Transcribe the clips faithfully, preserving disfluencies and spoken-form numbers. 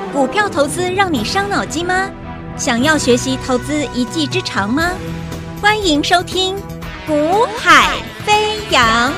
股票投资让你伤脑筋吗？想要学习投资一技之长吗？欢迎收听《股海飞扬》。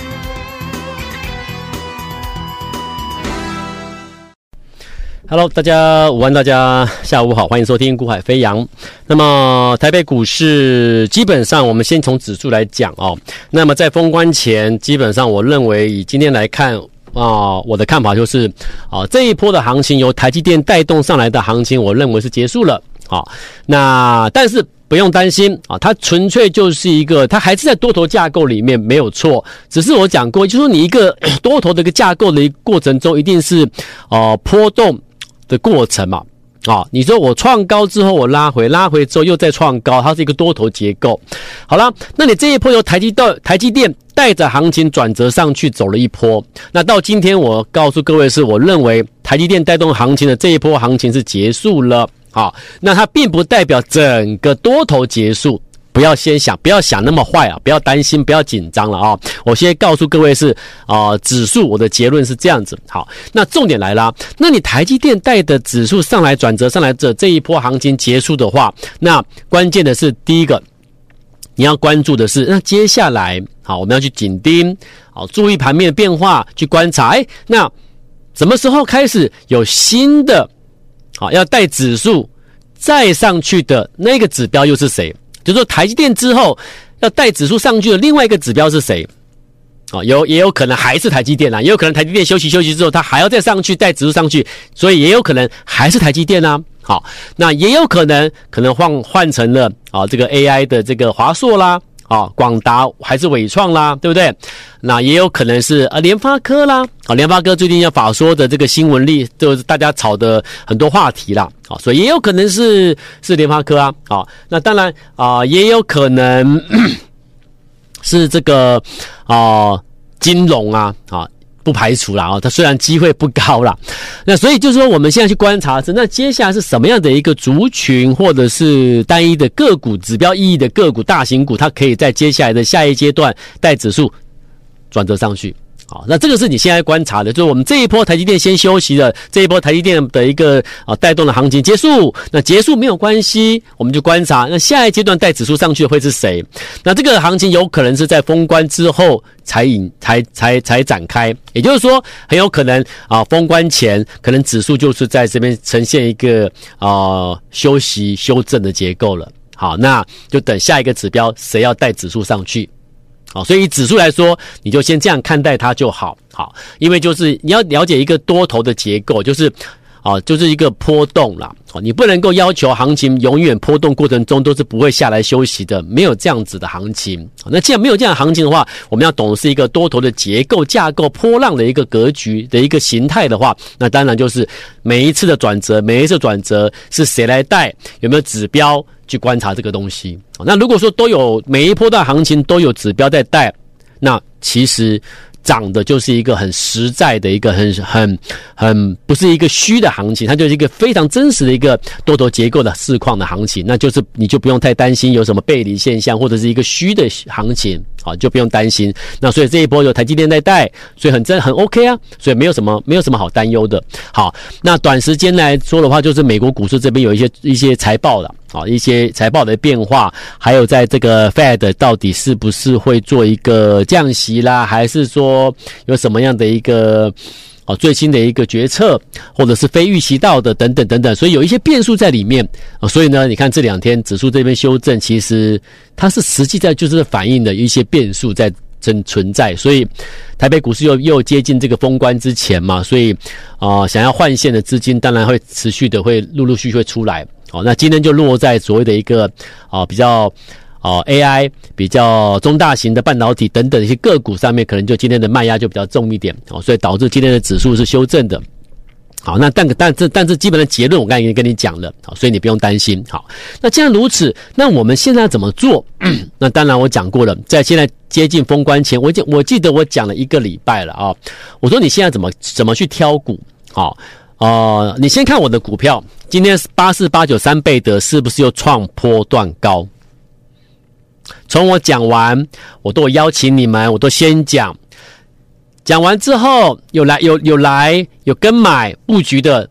Hello， 大家午安，大家下午好，欢迎收听《股海飞扬》。那么台北股市基本上，我们先从指数来讲哦。那么在封关前，基本上我认为以今天来看啊、呃，我的看法就是啊、呃，这一波的行情由台积电带动上来的行情，我认为是结束了。好、哦，那但是不用担心啊，它纯粹就是一个，它还是在多头架构里面没有错。只是我讲过，就是说你一个多头的一个架构的一个过程中，一定是呃波动的过程嘛，啊、哦，你说我创高之后我拉回，拉回之后又再创高，它是一个多头结构。好了，那你这一波由台积电台积电带着行情转折上去走了一波，那到今天我告诉各位是，我认为台积电带动行情的这一波行情是结束了。好，那它并不代表整个多头结束。不要先想，不要想那么坏啊！不要担心，不要紧张了啊！我先告诉各位是啊、呃，指数我的结论是这样子。好，那重点来了，那你台积电带的指数上来转折上来这这一波行情结束的话，那关键的是第一个，你要关注的是，那接下来好，我们要去紧盯，好，注意盘面的变化，去观察。哎，那什么时候开始有新的好要带指数再上去的那个指标又是谁？就是说台积电之后要带指数上去的另外一个指标是谁？哦，有也有可能还是台积电啦，也有可能台积电休息休息之后，它还要再上去带指数上去，所以也有可能还是台积电啊。好，那也有可能可能换换成了啊这个 A I 的这个华硕啦，啊广达还是伟创啦，对不对？那也有可能是啊联发科啦，啊联发科最近要法说的这个新闻力，就是大家炒的很多话题啦。好，所以也有可能是是联发科啊，好，那当然啊、呃，也有可能是这个啊、呃、金融啊，啊不排除啦啊，它虽然机会不高啦，那所以就是说我们现在去观察是，那接下来是什么样的一个族群或者是单一的个股指标意义的个股大型股，它可以在接下来的下一阶段带指数转折上去。好，那这个是你现在观察的，就是我们这一波台积电先休息了，这一波台积电的一个啊带动的行情结束，那结束没有关系，我们就观察，那下一阶段带指数上去的会是谁？那这个行情有可能是在封关之后才引才才才展开，也就是说很有可能啊封关前可能指数就是在这边呈现一个啊、呃、休息修正的结构了。好，那就等下一个指标谁要带指数上去。好，所以以指数来说，你就先这样看待它就好。好，因为就是你要了解一个多头的结构，就是啊，就是一个波动啦。好，你不能够要求行情永远波动过程中都是不会下来休息的，没有这样子的行情。好，那既然没有这样的行情的话，我们要懂的是一个多头的结构架构、波浪的一个格局的一个形态的话，那当然就是每一次的转折，每一次转折是谁来带，有没有指标去观察这个东西。那如果说都有每一波段行情都有指标在带，那其实涨的就是一个很实在的一个很很很不是一个虚的行情，它就是一个非常真实的一个多头结构的市况的行情，那就是你就不用太担心有什么背离现象或者是一个虚的行情，好，就不用担心。那所以这一波有台积电在带，所以很真很 OK 啊，所以没有什么没有什么好担忧的。好，那短时间来说的话，就是美国股市这边有一些一些财报了。好，一些财报的变化，还有在这个 Fed 到底是不是会做一个降息啦，还是说有什么样的一个哦最新的一个决策，或者是非预期到的等等等等，所以有一些变数在里面。哦、所以呢，你看这两天指数这边修正，其实它是实际在就是反映的一些变数在真存在，所以台北股市又又接近这个封关之前嘛，所以啊、呃、想要换线的资金当然会持续的会陆陆续续会出来。好，那今天就落在所谓的一个啊、呃、比较啊、呃、A I 比较中大型的半导体等等一些个股上面，可能就今天的卖压就比较重一点，哦，所以导致今天的指数是修正的。好，那但但这但是基本的结论我刚才已经跟你讲了，好，所以你不用担心。好，那既然如此，那我们现在怎么做？那当然我讲过了，在现在接近封关前，我记我记得我讲了一个礼拜了啊，我说你现在怎么怎么去挑股？好。呃，你先看我的股票，今天八四八九三倍的是不是又创波段高？从我讲完，我都有邀请你们，我都先讲，讲完之后有来有有来有跟买布局的，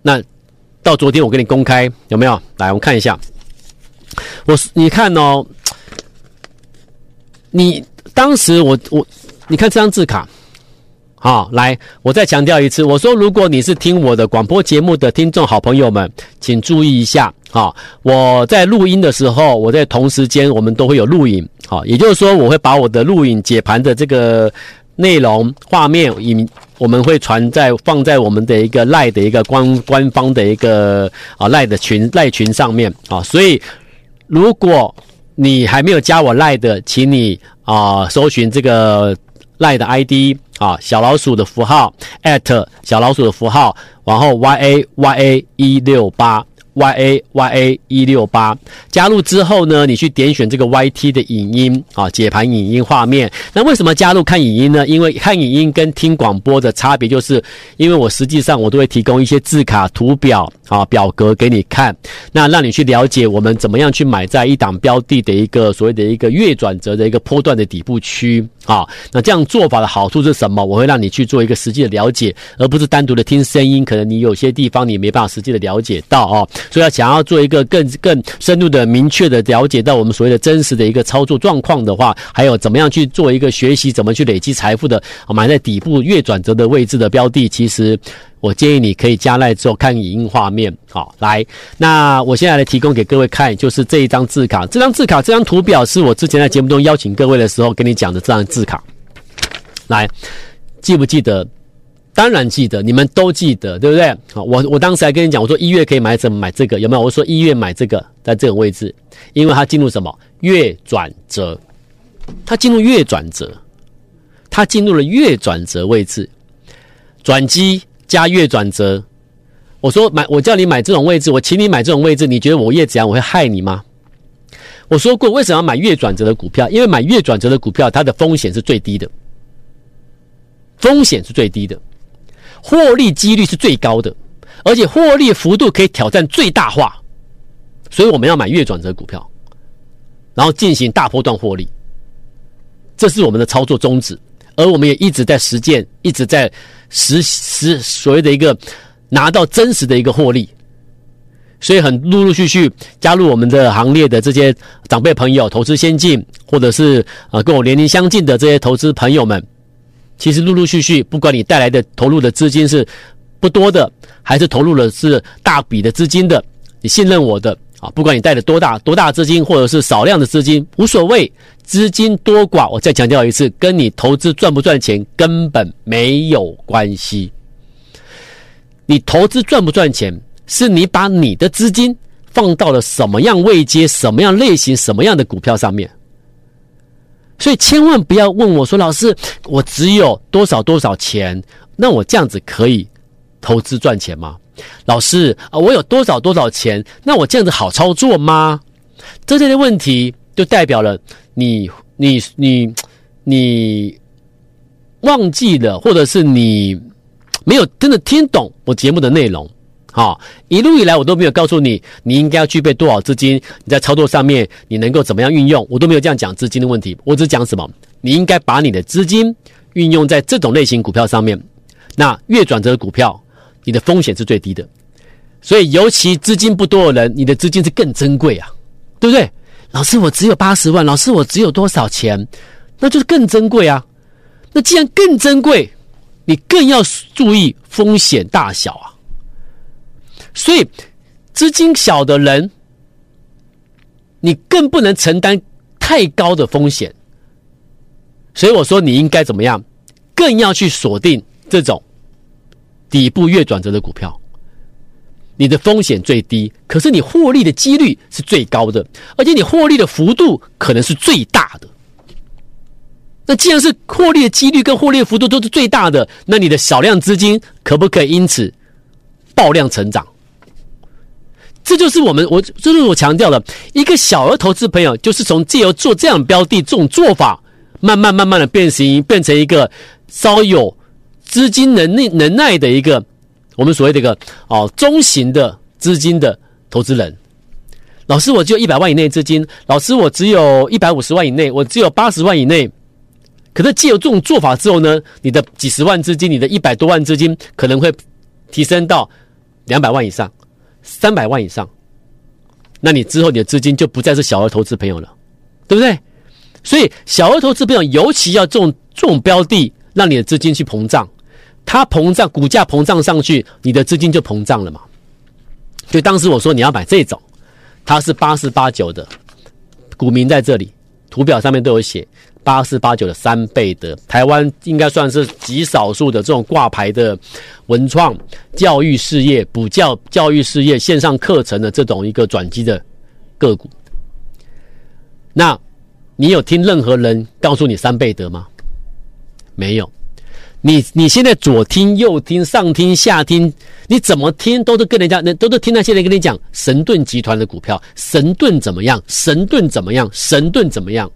那到昨天我给你公开有没有？来，我们看一下。我你看哦，你当时我我你看这张字卡。好，来，我再强调一次，我说如果你是听我的广播节目的听众好朋友们，请注意一下，好，我在录音的时候，我在同时间我们都会有录影，好，也就是说我会把我的录影解盘的这个内容画面影，我们会传在放在我们的一个 LINE 的一个官官方的一个啊 LINE 的群 LINE 群上面啊，所以如果你还没有加我 LINE 的，请你啊搜寻这个 LINE 的 I D。啊，小老鼠的符号 at 小老鼠的符号，然后 y a y a 一六八 y a y a 一六八 加入之后呢，你去点选这个 Y T 的影音啊，解盘影音画面。那为什么加入看影音呢？因为看影音跟听广播的差别就是，因为我实际上我都会提供一些字卡、图表啊、表格给你看，那让你去了解我们怎么样去买在一档标的的一个所谓的一个月转折的一个波段的底部区。好，那这样做法的好处是什么？我会让你去做一个实际的了解，而不是单独的听声音，可能你有些地方你没办法实际的了解到哦。所以要想要做一个更更深入的、明确的了解到我们所谓的真实的一个操作状况的话，还有怎么样去做一个学习，怎么去累积财富的，买在底部月转折的位置的标的，其实我建议你可以加赖之后看影音画面。好，来，那我现在来提供给各位看，就是这一张字卡。这张字卡，这张图表是我之前在节目中邀请各位的时候跟你讲的这张字卡。来，记不记得？当然记得，你们都记得，对不对？好，我我当时还跟你讲，我说一月可以买怎么买这个，有没有？我说一月买这个，在这个位置，因为它进入什么月转折，它进入月转折，它进入了月转折位置，转机加月转折。我说买，我叫你买这种位置，我请你买这种位置，你觉得我越怎样，我会害你吗？我说过，为什么要买月转折的股票？因为买月转折的股票，它的风险是最低的，风险是最低的，获利几率是最高的，而且获利幅度可以挑战最大化，所以我们要买月转折股票，然后进行大波段获利，这是我们的操作宗旨，而我们也一直在实践，一直在实实所谓的一个拿到真实的一个获利。所以很陆陆续续加入我们的行列的这些长辈朋友，投资先进，或者是呃跟我年龄相近的这些投资朋友们，其实陆陆续续，不管你带来的投入的资金是不多的，还是投入的是大笔的资金的，你信任我的啊，不管你带了多大多大资金，或者是少量的资金，无所谓，资金多寡，我再强调一次，跟你投资赚不赚钱根本没有关系。你投资赚不赚钱，是你把你的资金放到了什么样位阶、什么样类型、什么样的股票上面。所以千万不要问我说，老师，我只有多少多少钱，那我这样子可以投资赚钱吗？老师，我有多少多少钱，那我这样子好操作吗？这些问题就代表了你你你你忘记了，或者是你没有真的听懂我节目的内容。好，一路以来我都没有告诉你你应该要具备多少资金，你在操作上面你能够怎么样运用，我都没有这样讲资金的问题，我只讲什么，你应该把你的资金运用在这种类型股票上面。那月转折的股票，你的风险是最低的，所以尤其资金不多的人，你的资金是更珍贵啊，对不对？老师，我只有八十万，老师我只有多少钱，那就是更珍贵啊。那既然更珍贵，你更要注意风险大小啊。所以资金小的人，你更不能承担太高的风险。所以我说你应该怎么样，更要去锁定这种底部月转折的股票，你的风险最低，可是你获利的几率是最高的，而且你获利的幅度可能是最大的。那既然是获利的几率跟获利的幅度都是最大的，那你的小量资金可不可以因此爆量成长？这就是我们我这就是我强调的，一个小额投资朋友就是从借由做这样标的这种做法，慢慢慢慢的变成变成一个稍有资金能力能耐的一个我们所谓的一个哦中型的资金的投资人。老师，我只有一百万以内资金，老师我只有一百五十万以内，我只有八十万以内。可是借由这种做法之后呢，你的几十万资金，你的一百多万资金可能会提升到两百万以上、三百万以上，那你之后你的资金就不再是小额投资朋友了，对不对？所以小额投资朋友尤其要这种这种标的，让你的资金去膨胀，它膨胀，股价膨胀上去，你的资金就膨胀了嘛。所以当时我说你要买这种，它是八四八九的，股民在这里，图表上面都有写八四八九的三倍的，台湾应该算是极少数的这种挂牌的文创教育事业、补教教育事业线上课程的这种一个转机的个股。那你有听任何人告诉你三倍得吗？没有。你你现在左听右听上听下听，你怎么听都是跟人家都是听那些人跟你讲神盾集团的股票，神盾怎么样，神盾怎么样，神盾怎么样。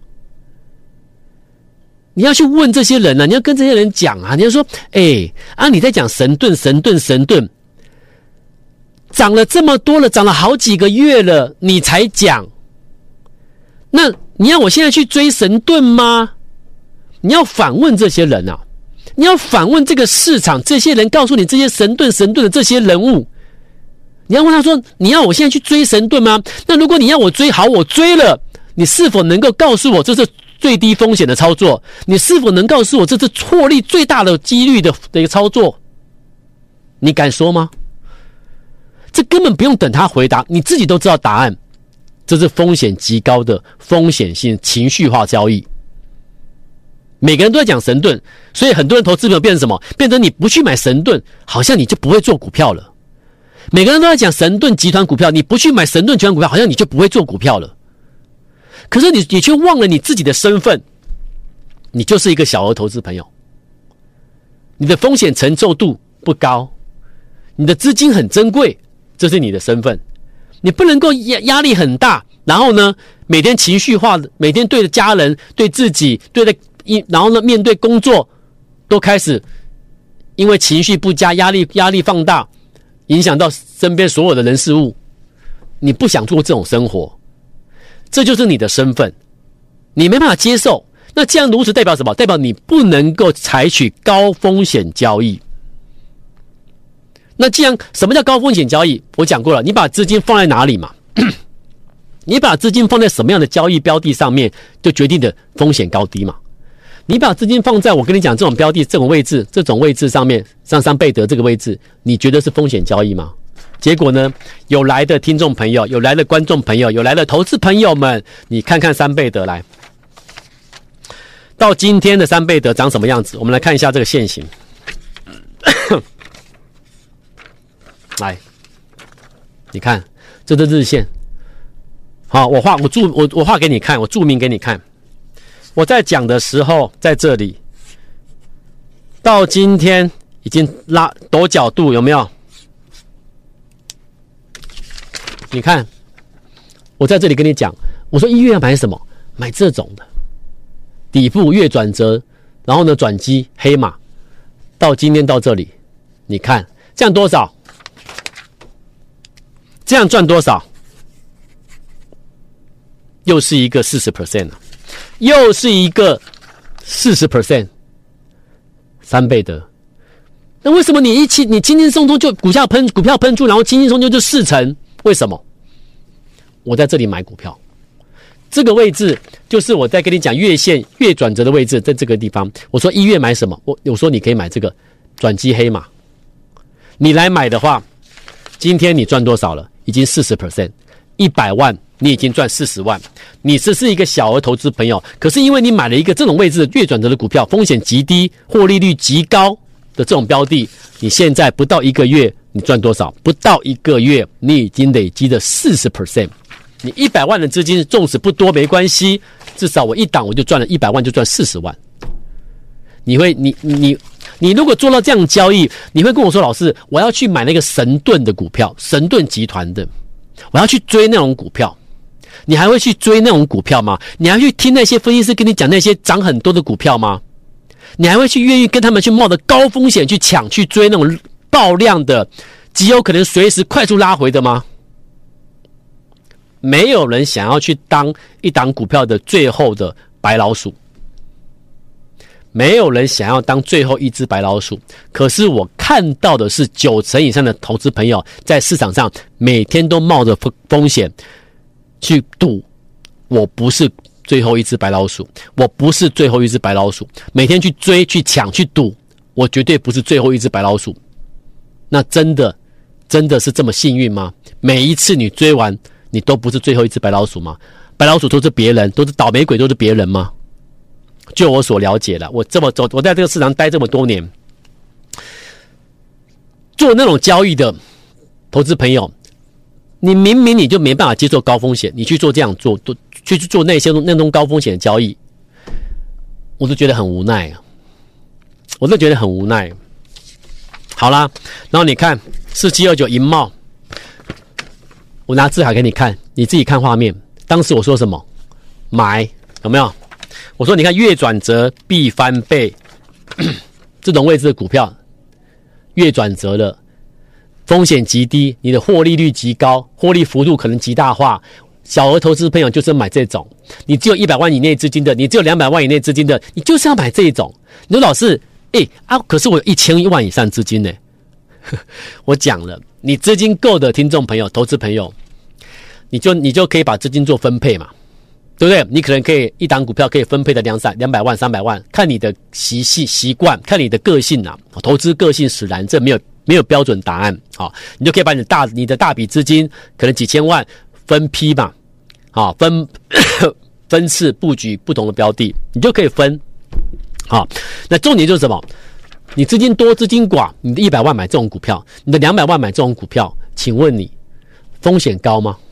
你要去问这些人啊，你要跟这些人讲啊，你要说，哎、欸、啊，你在讲神盾神盾神盾，涨了这么多了，涨了好几个月了，你才讲，那你要我现在去追神盾吗？你要反问这些人啊，你要反问这个市场，这些人告诉你这些神盾神盾的这些人物，你要问他说，你要我现在去追神盾吗？那如果你要我追，好，我追了，你是否能够告诉我这是最低风险的操作？你是否能告诉我这是获利最大的几率的的一个操作？你敢说吗？这根本不用等他回答，你自己都知道答案。这是风险极高的风险性情绪化交易。每个人都在讲神盾，所以很多人投资朋友变成什么？变成你不去买神盾，好像你就不会做股票了。每个人都在讲神盾集团股票，你不去买神盾集团股票，好像你就不会做股票了。可是你你却忘了你自己的身份，你就是一个小额投资朋友，你的风险承受度不高，你的资金很珍贵，这是你的身份。你不能够压压力很大，然后呢，每天情绪化的，每天对着家人、对自己、对着，然后呢，面对工作，都开始因为情绪不佳，压力压力放大，影响到身边所有的人事物。你不想做这种生活，这就是你的身份，你没办法接受。那这样如此代表什么？代表你不能够采取高风险交易。那既然什么叫高风险交易？我讲过了，你把资金放在哪里嘛？你把资金放在什么样的交易标的上面，就决定的风险高低嘛。你把资金放在我跟你讲这种标的、这种位置、这种位置上面，像三倍得这个位置，你觉得是风险交易吗？结果呢，有来的听众朋友，有来的观众朋友，有来的投资朋友们，你看看三倍得来，到今天的三倍得长什么样子？我们来看一下这个线型。来，你看，这是日线。好，我画我注我我画给你看，我注明给你看。我在讲的时候，在这里，到今天已经拉陡角度有没有？你看，我在这里跟你讲，我说一月要买什么？买这种的，底部月转折，然后呢转机黑马，到今天到这里，你看这样多少？这样赚多少？又是一个 百分之四十 了，又是一个 百分之四十， 三倍的。那为什么你一起你轻轻松松就股价喷股票喷出，然后轻轻松松就四成？为什么？我在这里买股票，这个位置就是我在跟你讲月线月转折的位置，在这个地方。我说一月买什么？我我说你可以买这个转机黑马，你来买的话，今天你赚多少了？已经 百分之四十， 一百万你已经赚四十万。你只是一个小额投资朋友，可是因为你买了一个这种位置的月转折的股票，风险极低，获利率极高的这种标的，你现在不到一个月你赚多少？不到一个月你已经累积了 百分之四十。 你一百万的资金纵使不多没关系，至少我一档我就赚了一百万，就赚四十万。你会你你你如果做到这样交易，你会跟我说，老师，我要去买那个神盾的股票，神盾集团的，我要去追那种股票。你还会去追那种股票吗？你还会去听那些分析师跟你讲那些涨很多的股票吗？你还会去愿意跟他们去冒着高风险去抢去追那种爆量的，极有可能随时快速拉回的吗？没有人想要去当一档股票的最后的白老鼠。 没有人想要当最后一只白老鼠。可是我看到的是九成以上的投资朋友在市场上每天都冒着风险去赌，我不是最后一只白老鼠，我不是最后一只白老鼠，每天去追去抢去赌，我绝对不是最后一只白老鼠。那真的真的是这么幸运吗？每一次你追完你都不是最后一只白老鼠吗？白老鼠都是别人，都是倒霉鬼，都是别人吗？就我所了解的，我这么走，我在这个市场待这么多年，做那种交易的投资朋友，你明明你就没办法接受高风险，你去做这样做，去做那些那种高风险的交易，我都觉得很无奈啊，我都觉得很无奈。好啦，然后你看四七二九银茂，我拿字卡给你看，你自己看画面。当时我说什么？买，有没有？我说你看月转折必翻倍，这种位置的股票月转折了，风险极低，你的获利率极高，获利幅度可能极大化。小额投资朋友就是买这种，你只有一百万以内资金的，你只有两百万以内资金的，你就是要买这一种。你说老师，哎啊，可是我有一千万以上资金呢。我讲了，你资金够的听众朋友、投资朋友，你就你就可以把资金做分配嘛。对不对？你可能可以一档股票可以分配的两三两百万、三百万，看你的习性、习惯，看你的个性啊，投资个性使然，这没有没有标准答案啊、哦。你就可以把你的大你的大笔资金，可能几千万分批嘛，啊、哦，分分次布局不同的标的，你就可以分。好、哦，那重点就是什么？你资金多、资金寡，你的一百万买这种股票，你的两百万买这种股票，请问你风险高吗？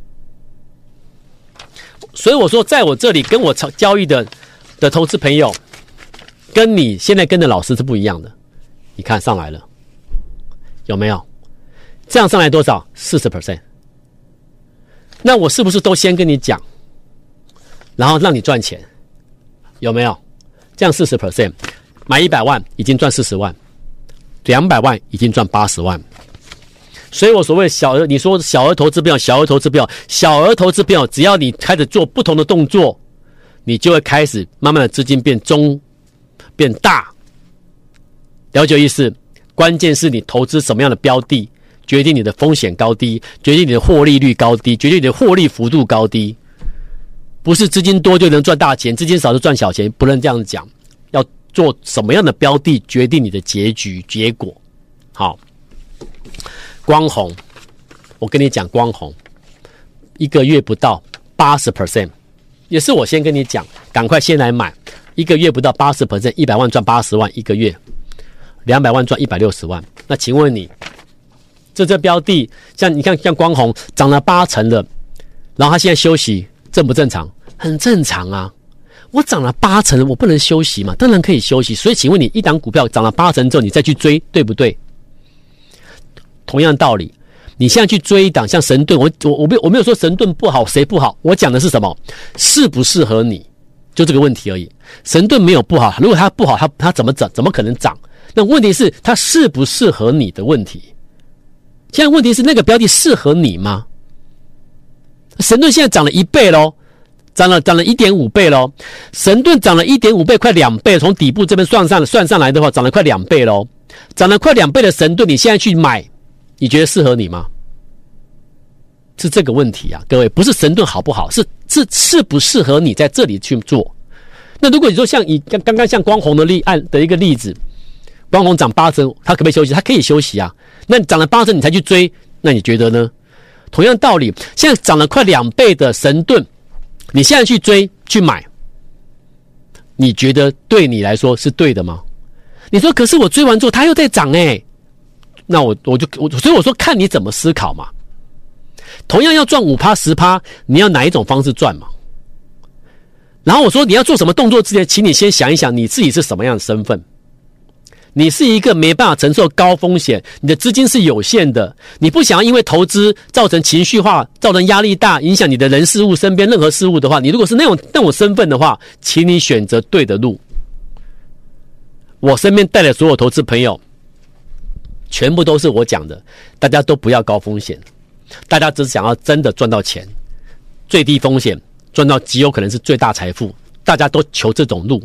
所以我说，在我这里跟我交易的的投资朋友，跟你现在跟的老师是不一样的。你看上来了，有没有？这样上来多少？ 百分之四十。那我是不是都先跟你讲，然后让你赚钱？有没有？这样 百分之四十， 买一百万已经赚四十万，两百万已经赚八十万。所以我所谓小额，你说小额投资朋友，小额投资朋友，小额投资朋友，只要你开始做不同的动作，你就会开始慢慢的资金变中变大。了解意思？关键是你投资什么样的标的，决定你的风险高低，决定你的获利率高低，决定你的获利幅度高低。不是资金多就能赚大钱，资金少就赚小钱，不能这样讲。要做什么样的标的，决定你的结局结果。好。光弘，我跟你讲，光弘一个月不到 百分之八十， 也是我先跟你讲，赶快先来买，一个月不到 百分之八十， 一百万赚八十万一个月，两百万赚一百六十万。那请问你，这这标的，像你看像光弘涨了八成了，然后他现在休息，正不正常？很正常啊。我涨了八成，我不能休息嘛？当然可以休息。所以请问你，一档股票涨了八成之后，你再去追，对不对？同样道理，你现在去追一档像神盾，我我我没有我没有说神盾不好，谁不好？我讲的是什么？适不适合你，就这个问题而已。神盾没有不好，如果它不好，它它怎么涨？怎么可能涨？那问题是它适不适合你的问题。现在问题是那个标的适合你吗？神盾现在涨了一倍咯，涨了涨了 一点五倍咯。神盾涨了 一点五倍，快两倍，从底部这边算上算上来的话，涨了快两倍咯。涨了快两倍的神盾，你现在去买，你觉得适合你吗？是这个问题啊，各位，不是神盾好不好，是是适不适合你在这里去做。那如果你说像以刚刚像光弘的例案的一个例子，光弘涨八成，它可不可以休息？它可以休息啊。那涨了八成你才去追，那你觉得呢？同样道理，现在涨了快两倍的神盾，你现在去追去买，你觉得对你来说是对的吗？你说可是我追完之后它又在涨哎、欸，那我我就我所以我说看你怎么思考嘛。同样要赚 百分之五 百分之十， 你要哪一种方式赚嘛？然后我说你要做什么动作之前，请你先想一想你自己是什么样的身份。你是一个没办法承受高风险，你的资金是有限的，你不想要因为投资造成情绪化，造成压力大，影响你的人事物身边任何事物的话，你如果是那种那种身份的话，请你选择对的路。我身边带的所有投资朋友全部都是我讲的，大家都不要高风险，大家只想要真的赚到钱，最低风险赚到极有可能是最大财富，大家都求这种路。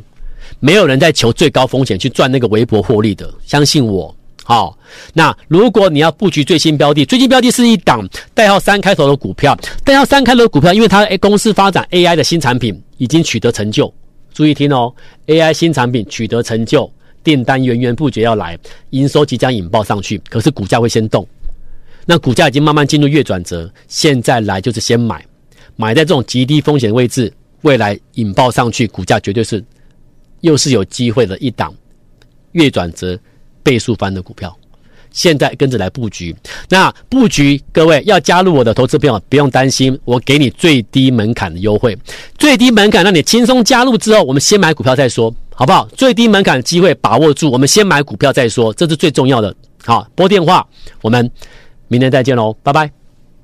没有人在求最高风险去赚那个微薄获利的，相信我。好，那如果你要布局最新标的，最新标的是一档代号三开头的股票，代号三开头的股票，因为它公司发展 A I 的新产品已经取得成就，注意听哦 ，A I 新产品取得成就，订单源源不绝要来，营收即将引爆上去，可是股价会先动，那股价已经慢慢进入月转折，现在来就是先买，买在这种极低风险的位置，未来引爆上去，股价绝对是又是有机会的一档月转折倍数翻的股票，现在跟着来布局。那布局，各位要加入我的投资朋友，不用担心，我给你最低门槛的优惠，最低门槛让你轻松加入之后，我们先买股票再说，好不好？最低门槛的机会把握住，我们先买股票再说，这是最重要的。好，拨电话，我们明天再见喽，拜拜。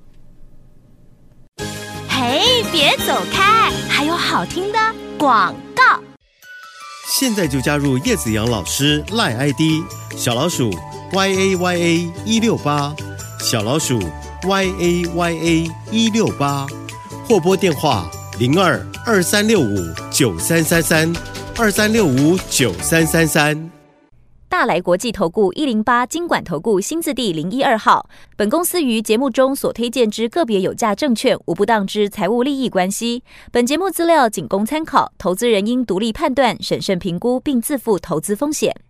嘿，别走开，还有好听的广告。 现在就加入叶子阳老师 LINE I D 小老鼠 Y A Y A 一六八，小老鼠 Y A Y A 一六八，或拨电话零二二三六五九三三三二三六五九三三三。 大来国际投顾一零八金管投顾新字第零一二号。本公司于节目中所推荐之个别有价证券，无不当之财务利益关系。本节目资料仅供参考，投资人应独立判断、审慎评估，并自负投资风险。